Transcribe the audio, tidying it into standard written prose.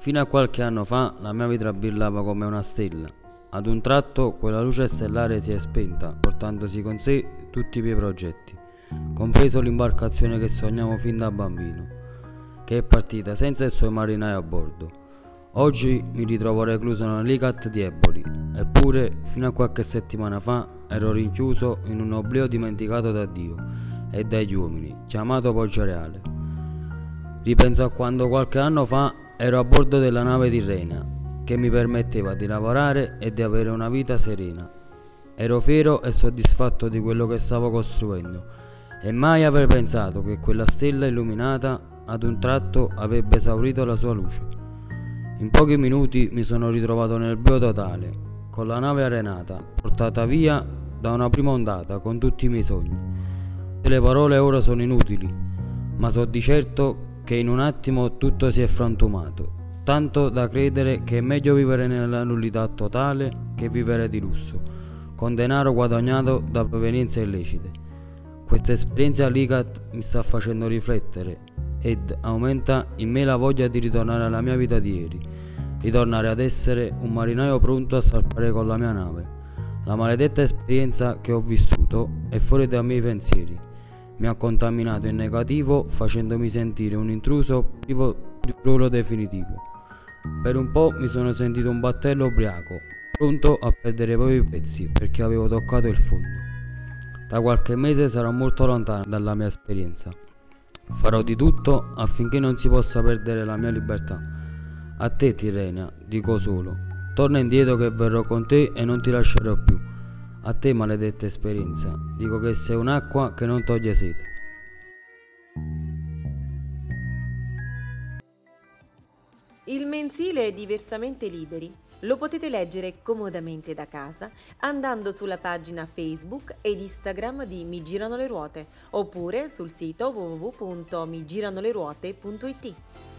Fino a qualche anno fa la mia vita brillava come una stella. Ad un tratto quella luce stellare si è spenta, portandosi con sé tutti i miei progetti, compreso l'imbarcazione che sognavo fin da bambino, che è partita senza il suo marinaio a bordo. Oggi mi ritrovo recluso nell'ICAT di Eboli, eppure fino a qualche settimana fa ero rinchiuso in un oblio dimenticato da Dio e dagli uomini, chiamato Poggio Reale. Ripenso a quando qualche anno fa ero a bordo della nave Tirrenia, che mi permetteva di lavorare e di avere una vita serena. Ero fiero e soddisfatto di quello che stavo costruendo e mai avrei pensato che quella stella illuminata ad un tratto avrebbe esaurito la sua luce. In pochi minuti mi sono ritrovato nel buio totale, con la nave arenata, portata via da una prima ondata con tutti i miei sogni. Le parole ora sono inutili, ma so di certo che in un attimo tutto si è frantumato, tanto da credere che è meglio vivere nella nullità totale che vivere di lusso, con denaro guadagnato da provenienze illecite. Questa esperienza all'ICAT mi sta facendo riflettere ed aumenta in me la voglia di ritornare alla mia vita di ieri, ritornare ad essere un marinaio pronto a salpare con la mia nave. La maledetta esperienza che ho vissuto è fuori dai miei pensieri. Mi ha contaminato in negativo, facendomi sentire un intruso privo di un ruolo definitivo. Per un po' mi sono sentito un battello ubriaco, pronto a perdere i propri pezzi perché avevo toccato il fondo. Da qualche mese sarò molto lontano dalla mia esperienza. Farò di tutto affinché non si possa perdere la mia libertà. A te, Tirrenia, dico solo, torna indietro che verrò con te e non ti lascerò più. A te, maledetta esperienza, dico che sei un'acqua che non toglie sete. Il mensile Diversamente Liberi lo potete leggere comodamente da casa andando sulla pagina Facebook ed Instagram di Mi Girano le Ruote oppure sul sito www.migiranoleruote.it.